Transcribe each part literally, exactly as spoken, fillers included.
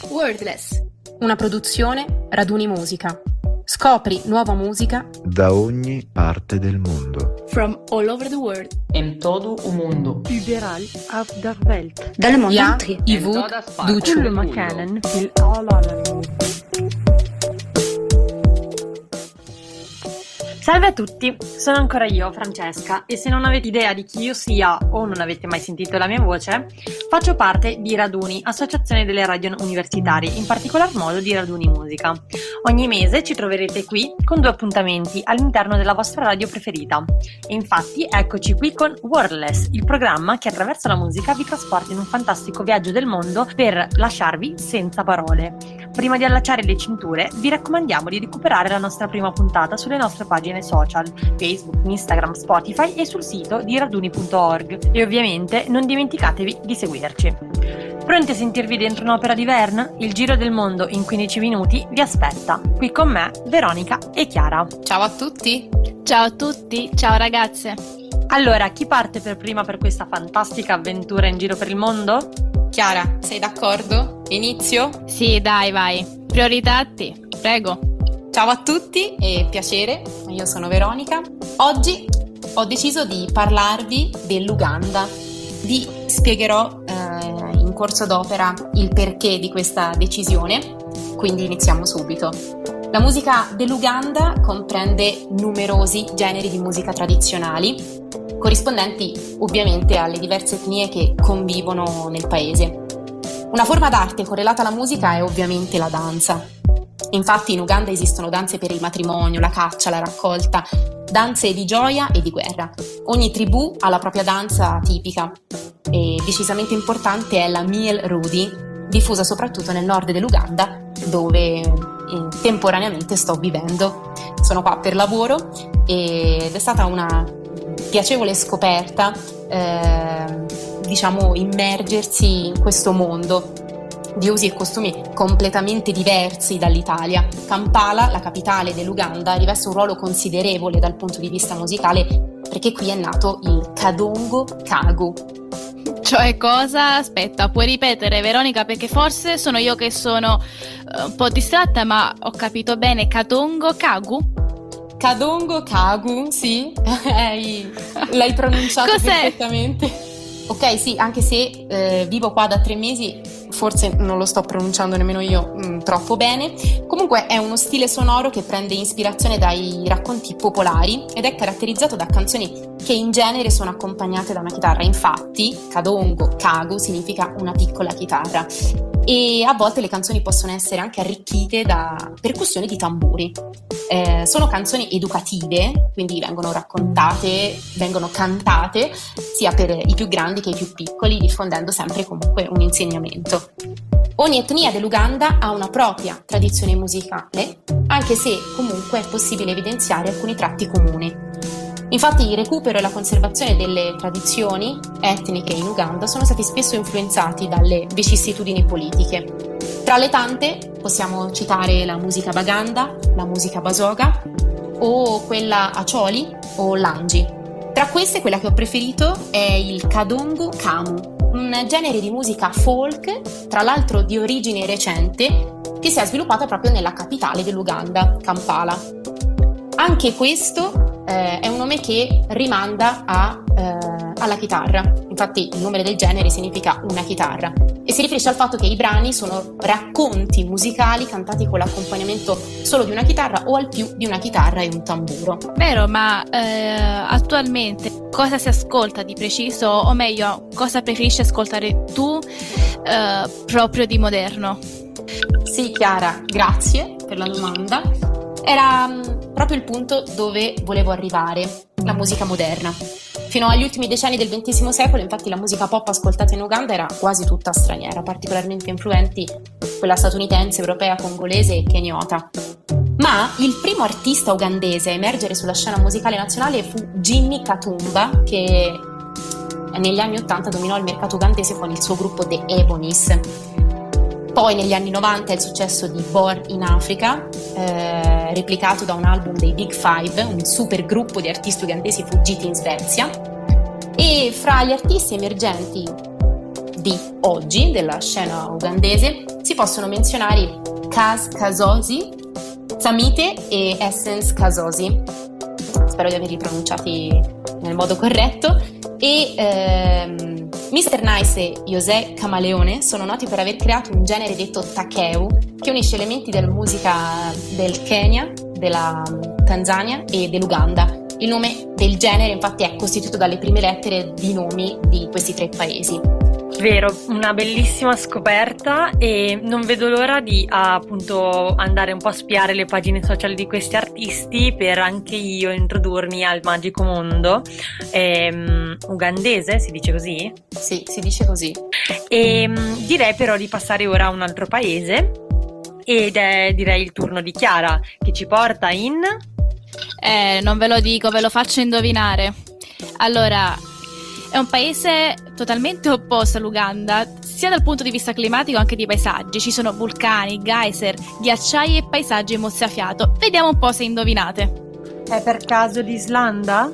Wordless, una produzione Raduni Musica. Scopri nuova musica da ogni parte del mondo. From all over the world. In todo o mundo. Überall auf der Welt. Dal mondo Ja, entero. i Wut, Ducu. كل مكان في العالم. Salve a tutti, sono ancora io, Francesca, e se non avete idea di chi io sia o non avete mai sentito la mia voce, faccio parte di Raduni, associazione delle radio universitarie, in particolar modo di Raduni Musica. Ogni mese ci troverete qui con due appuntamenti all'interno della vostra radio preferita. E infatti eccoci qui con Wordless, il programma che attraverso la musica vi trasporta in un fantastico viaggio del mondo per lasciarvi senza parole. Prima di allacciare le cinture, vi raccomandiamo di recuperare la nostra prima puntata sulle nostre pagine social, Facebook, Instagram, Spotify e sul sito di raduni punto org. E ovviamente non dimenticatevi di seguirci. Pronti a sentirvi dentro un'opera di Verne? Il giro del mondo in quindici minuti vi aspetta. Qui con me, Veronica e Chiara. Ciao a tutti! Ciao a tutti, ciao ragazze! Allora, chi parte per prima per questa fantastica avventura in giro per il mondo? Chiara, sei d'accordo? Inizio? Sì, dai, vai. Priorità a te, prego. Ciao a tutti e piacere, io sono Veronica. Oggi ho deciso di parlarvi dell'Uganda. Vi spiegherò eh, in corso d'opera il perché di questa decisione, quindi iniziamo subito. La musica dell'Uganda comprende numerosi generi di musica tradizionali, corrispondenti ovviamente alle diverse etnie che convivono nel paese. Una forma d'arte correlata alla musica è ovviamente la danza. Infatti in Uganda esistono danze per il matrimonio, la caccia, la raccolta, danze di gioia e di guerra. Ogni tribù ha la propria danza tipica e decisamente importante è la Mil Rudi, diffusa soprattutto nel nord dell'Uganda, dove eh, temporaneamente sto vivendo. Sono qua per lavoro ed è stata una piacevole scoperta, eh, diciamo, immergersi in questo mondo di usi e costumi completamente diversi dall'Italia. Kampala, la capitale dell'Uganda, riveste un ruolo considerevole dal punto di vista musicale perché qui è nato il Kadongo Kagu. Cioè cosa? Aspetta, puoi ripetere Veronica, perché forse sono io che sono uh, un po' distratta, ma ho capito bene. Kadongo Kagu? Kadongo Kagu, sì, l'hai pronunciato perfettamente. Ok, sì, anche se eh, vivo qua da tre mesi, forse non lo sto pronunciando nemmeno io mh, troppo bene. Comunque è uno stile sonoro che prende ispirazione dai racconti popolari ed è caratterizzato da canzoni che in genere sono accompagnate da una chitarra. Infatti, Kadongo Kagu significa una piccola chitarra. E a volte le canzoni possono essere anche arricchite da percussioni di tamburi. Eh, sono canzoni educative, quindi vengono raccontate, vengono cantate sia per i più grandi che i più piccoli, diffondendo sempre comunque un insegnamento. Ogni etnia dell'Uganda ha una propria tradizione musicale, anche se comunque è possibile evidenziare alcuni tratti comuni. Infatti il recupero e la conservazione delle tradizioni etniche in Uganda sono stati spesso influenzati dalle vicissitudini politiche. Tra le tante possiamo citare la musica Baganda, la musica Basoga o quella Acholi o Langi. Tra queste quella che ho preferito è il Kadongo Kamu, un genere di musica folk, tra l'altro di origine recente, che si è sviluppata proprio nella capitale dell'Uganda, Kampala. Anche questo eh, è un nome che rimanda a, eh, alla chitarra. Infatti il nome del genere significa una chitarra e si riferisce al fatto che i brani sono racconti musicali cantati con l'accompagnamento solo di una chitarra o al più di una chitarra e un tamburo. Vero, ma eh, attualmente cosa si ascolta di preciso, o meglio, cosa preferisci ascoltare tu eh, proprio di moderno? Sì, Chiara, grazie per la domanda. Era mh, proprio il punto dove volevo arrivare, la musica moderna. Fino agli ultimi decenni del ventesimo secolo, infatti, la musica pop ascoltata in Uganda era quasi tutta straniera, particolarmente influenti quella statunitense, europea, congolese e keniota. Ma il primo artista ugandese a emergere sulla scena musicale nazionale fu Jimmy Katumba, che negli anni ottanta dominò il mercato ugandese con il suo gruppo The Ebonies. Poi negli anni novanta il successo di Born in Africa, eh, replicato da un album dei Big Five, un super gruppo di artisti ugandesi fuggiti in Svezia. E fra gli artisti emergenti di oggi della scena ugandese si possono menzionare Kaz Kasozi, Samite e Essence Kasozi, spero di averli pronunciati nel modo corretto, e ehm, mister Nice e José Camaleone sono noti per aver creato un genere detto takeu, che unisce elementi della musica del Kenya, della Tanzania e dell'Uganda. Il nome del genere infatti è costituito dalle prime lettere di nomi di questi tre paesi. Vero, una bellissima scoperta, e non vedo l'ora di appunto andare un po' a spiare le pagine social di questi artisti per anche io introdurmi al magico mondo ehm, ugandese, si dice così? Sì, si dice così. E direi però di passare ora a un altro paese, ed è direi il turno di Chiara, che ci porta in... Eh, non ve lo dico, ve lo faccio indovinare. Allora, è un paese totalmente opposto all'Uganda, sia dal punto di vista climatico che di paesaggi. Ci sono vulcani, geyser, ghiacciai e paesaggi mozzafiato. Vediamo un po' se indovinate. È per caso l'Islanda?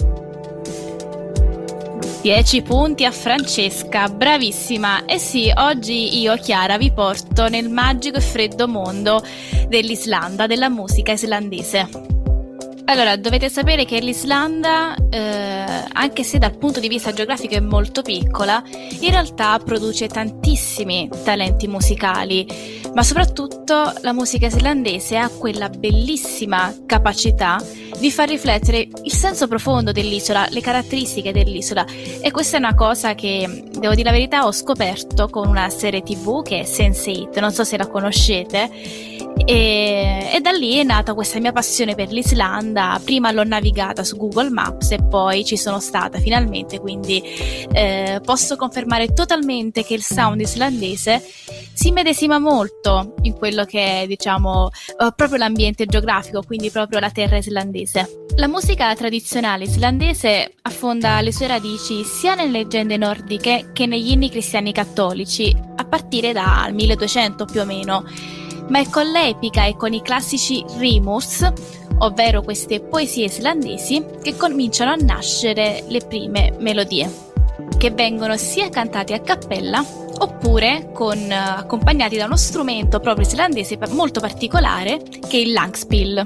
dieci punti a Francesca, bravissima. E sì, oggi io, Chiara, vi porto nel magico e freddo mondo dell'Islanda, della musica islandese. Allora, dovete sapere che l'Islanda, eh, anche se dal punto di vista geografico è molto piccola, in realtà produce tantissimi talenti musicali, ma soprattutto la musica islandese ha quella bellissima capacità di far riflettere il senso profondo dell'isola, le caratteristiche dell'isola, e questa è una cosa che, devo dire la verità, ho scoperto con una serie tivù che è sense eight, non so se la conoscete. E, e da lì è nata questa mia passione per l'Islanda. Prima l'ho navigata su Google Maps e poi ci sono stata finalmente, quindi eh, posso confermare totalmente che il sound islandese si medesima molto in quello che è, diciamo, eh, proprio l'ambiente geografico, quindi proprio la terra islandese. La musica tradizionale islandese affonda le sue radici sia nelle leggende nordiche che negli inni cristiani cattolici, a partire dal milleduecento più o meno. Ma è con l'epica e con i classici rimurs, ovvero queste poesie islandesi, che cominciano a nascere le prime melodie, che vengono sia cantate a cappella oppure con, accompagnati da uno strumento proprio islandese molto particolare, che è il langspill.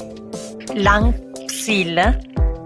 Langspill?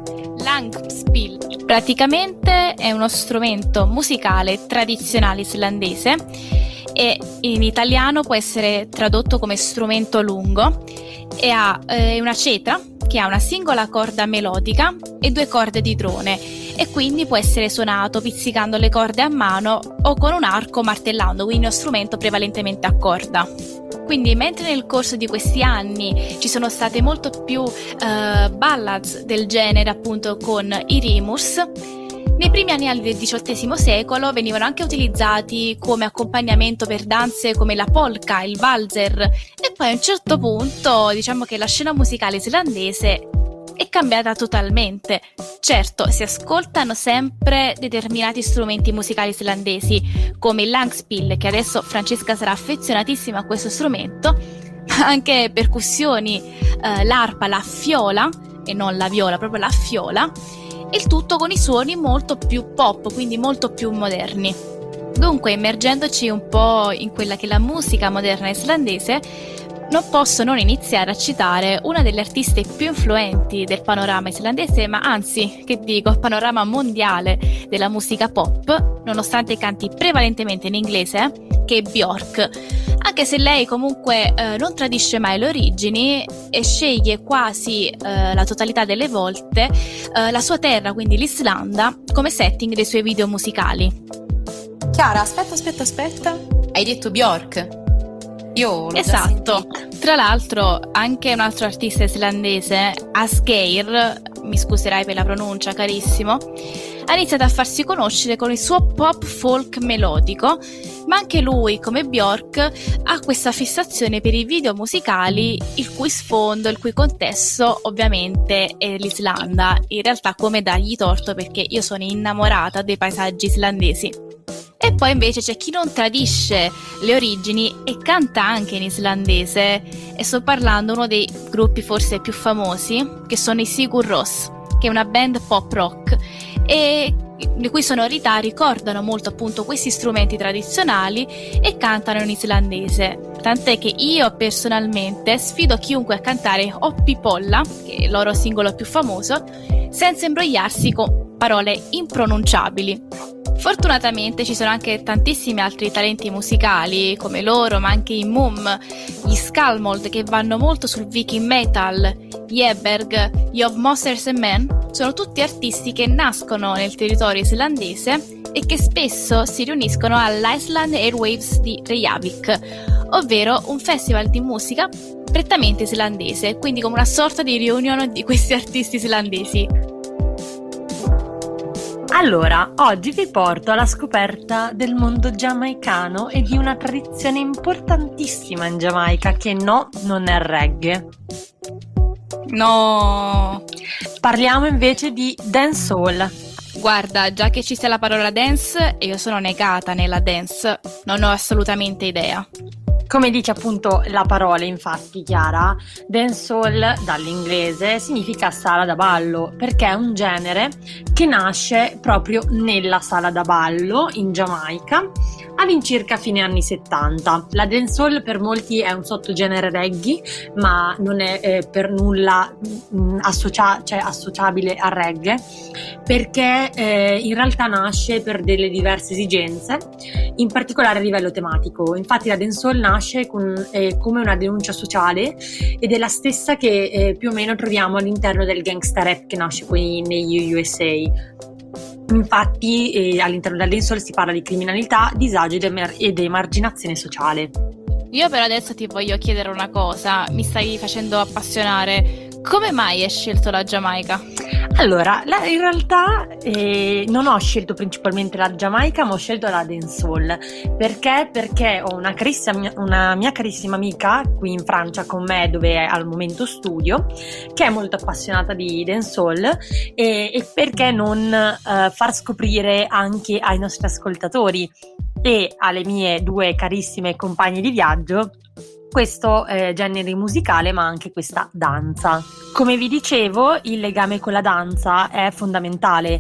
Langspill praticamente è uno strumento musicale tradizionale islandese, e in italiano può essere tradotto come strumento lungo, e ha eh, una cetra che ha una singola corda melodica e due corde di drone, e quindi può essere suonato pizzicando le corde a mano o con un arco martellando, quindi uno strumento prevalentemente a corda. Quindi mentre nel corso di questi anni ci sono state molto più eh, ballads del genere, appunto con i rimurs, nei primi anni del diciottesimo secolo venivano anche utilizzati come accompagnamento per danze come la polka, il valzer, e poi a un certo punto diciamo che la scena musicale islandese è cambiata totalmente. Certo, si ascoltano sempre determinati strumenti musicali islandesi, come il langspill, che adesso Francesca sarà affezionatissima a questo strumento, ma anche percussioni, eh, l'arpa, la fiola, e non la viola, proprio la fiola, il tutto con i suoni molto più pop, quindi molto più moderni. Dunque, immergendoci un po' in quella che è la musica moderna islandese, non posso non iniziare a citare una delle artiste più influenti del panorama islandese, ma anzi, che dico, panorama mondiale della musica pop, nonostante canti prevalentemente in inglese, che è Björk. Anche se lei comunque eh, non tradisce mai le origini e sceglie quasi eh, la totalità delle volte eh, la sua terra, quindi l'Islanda, come setting dei suoi video musicali. Chiara, aspetta, aspetta, aspetta. Hai detto Björk? Io l'ho esatto. Tra l'altro anche un altro artista islandese, Asgeir, mi scuserai per la pronuncia carissimo, ha iniziato a farsi conoscere con il suo pop folk melodico, ma anche lui, come Björk, ha questa fissazione per i video musicali il cui sfondo, il cui contesto ovviamente è l'Islanda. In realtà, come dargli torto, perché io sono innamorata dei paesaggi islandesi. E poi invece c'è chi non tradisce le origini e canta anche in islandese, e sto parlando uno dei gruppi forse più famosi, che sono i Sigur Rós, che è una band pop rock, e le cui sonorità ricordano molto appunto questi strumenti tradizionali e cantano in islandese. tant'è che io personalmente sfido chiunque a cantare Oppi Polla, che è il loro singolo più famoso, senza imbrogliarsi con parole impronunciabili. Fortunatamente ci sono anche tantissimi altri talenti musicali come loro, ma anche i Mum, gli Skalmold, che vanno molto sul viking metal, gli Eberg, gli Of Monsters and Men. Sono tutti artisti che nascono nel territorio islandese e che spesso si riuniscono all'Iceland Airwaves di Reykjavik, ovvero un festival di musica prettamente islandese, quindi come una sorta di riunione di questi artisti islandesi. Allora, oggi vi porto alla scoperta del mondo giamaicano e di una tradizione importantissima in Giamaica che no, non è il reggae. No! Parliamo invece di dancehall. Guarda, già che ci sia la parola dance, io sono negata nella dance, non ho assolutamente idea. Come dice appunto la parola, infatti, Chiara, dancehall dall'inglese significa sala da ballo, perché è un genere che nasce proprio nella sala da ballo in Giamaica all'incirca fine anni settanta. La dancehall per molti è un sottogenere reggae, ma non è eh, per nulla mh, associa- cioè, associabile al reggae, perché eh, in realtà nasce per delle diverse esigenze, in particolare a livello tematico. Infatti la dancehall nasce con, eh, come una denuncia sociale ed è la stessa che eh, più o meno troviamo all'interno del gangsta rap che nasce poi negli U S A. Infatti eh, all'interno del dancehall si parla di criminalità, disagio ed, emer- ed emarginazione sociale. Io però adesso ti voglio chiedere una cosa, mi stai facendo appassionare. Come mai hai scelto la Giamaica? Allora, la, in realtà eh, non ho scelto principalmente la Giamaica, ma ho scelto la dancehall. Perché? Perché ho una, carissima, una mia carissima amica qui in Francia con me, dove al momento studio, che è molto appassionata di dancehall, e, e perché non eh, far scoprire anche ai nostri ascoltatori e alle mie due carissime compagne di viaggio questo eh, genere musicale, ma anche questa danza. Come vi dicevo, il legame con la danza è fondamentale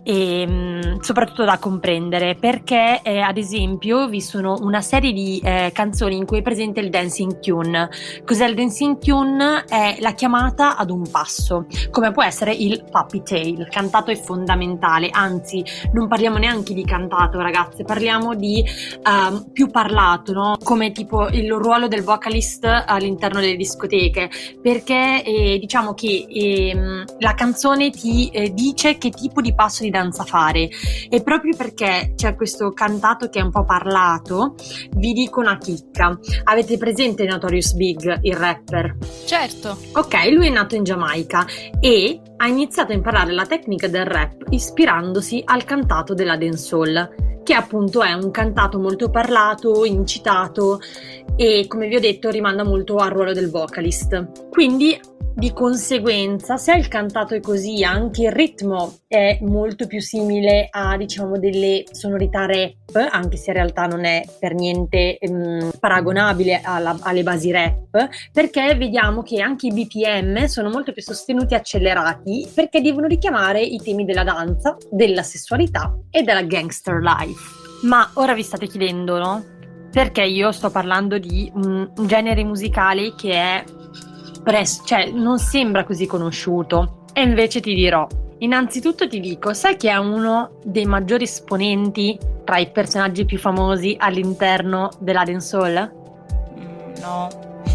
e mh, soprattutto da comprendere, perché eh, ad esempio vi sono una serie di eh, canzoni in cui è presente il dancing tune. Cos'è il dancing tune? È la chiamata ad un passo, come può essere il puppy tail. Il cantato è fondamentale, anzi non parliamo neanche di cantato, ragazze, parliamo di uh, più parlato, no? Come tipo il ruolo del vocalist all'interno delle discoteche, perché eh, diciamo che eh, la canzone ti eh, dice che tipo di passo di danza fare, e proprio perché c'è questo cantato che è un po' parlato, vi dico una chicca. Avete presente Notorious Big, il rapper? Certo. Ok, lui è nato in Giamaica e ha iniziato a imparare la tecnica del rap ispirandosi al cantato della dancehall, che appunto è un cantato molto parlato, incitato e, come vi ho detto, rimanda molto al ruolo del vocalist. Quindi di conseguenza, se il cantato è così, anche il ritmo è molto più simile a, diciamo, delle sonorità rap, anche se in realtà non è per niente ehm, paragonabile alla, alle basi rap, perché vediamo che anche i B P M sono molto più sostenuti e accelerati, perché devono richiamare i temi della danza, della sessualità e della gangster life. Ma ora vi state chiedendo, no? Perché io sto parlando di un, un genere musicale che è Presto, cioè non sembra così conosciuto, e invece ti dirò. Innanzitutto ti dico, sai chi è uno dei maggiori esponenti tra i personaggi più famosi all'interno della dancehall? Mm, no.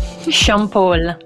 Sean Paul.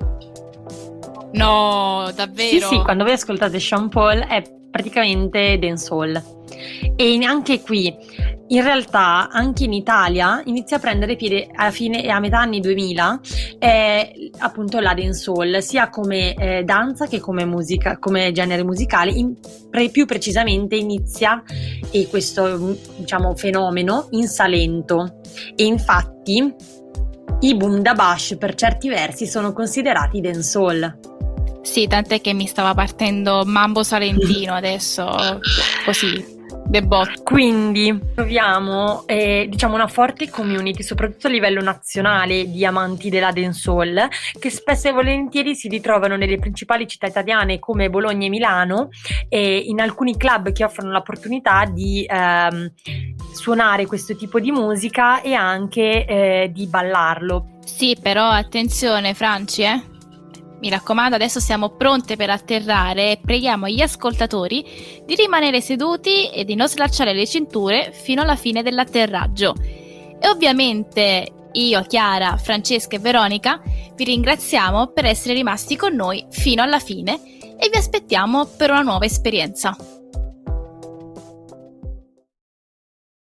No, davvero? Sì, sì, quando voi ascoltate Sean Paul è praticamente dancehall. E anche qui, in realtà, anche in Italia inizia a prendere piede alla fine e a metà anni duemila eh, appunto la dancehall, sia come eh, danza che come musica, come genere musicale. In, pre, più precisamente inizia e questo, diciamo, fenomeno in Salento, e infatti i Boom Da Bash per certi versi sono considerati dancehall. Sì, tant'è che mi stava partendo Mambo Salentino adesso, così. The bot. Quindi troviamo eh, diciamo una forte community, soprattutto a livello nazionale, di amanti della dancehall, che spesso e volentieri si ritrovano nelle principali città italiane come Bologna e Milano, e in alcuni club che offrono l'opportunità di ehm, suonare questo tipo di musica e anche eh, di ballarlo. Sì, però attenzione Franci, eh? Mi raccomando, adesso siamo pronte per atterrare e preghiamo gli ascoltatori di rimanere seduti e di non slacciare le cinture fino alla fine dell'atterraggio. E ovviamente io, Chiara, Francesca e Veronica vi ringraziamo per essere rimasti con noi fino alla fine e vi aspettiamo per una nuova esperienza.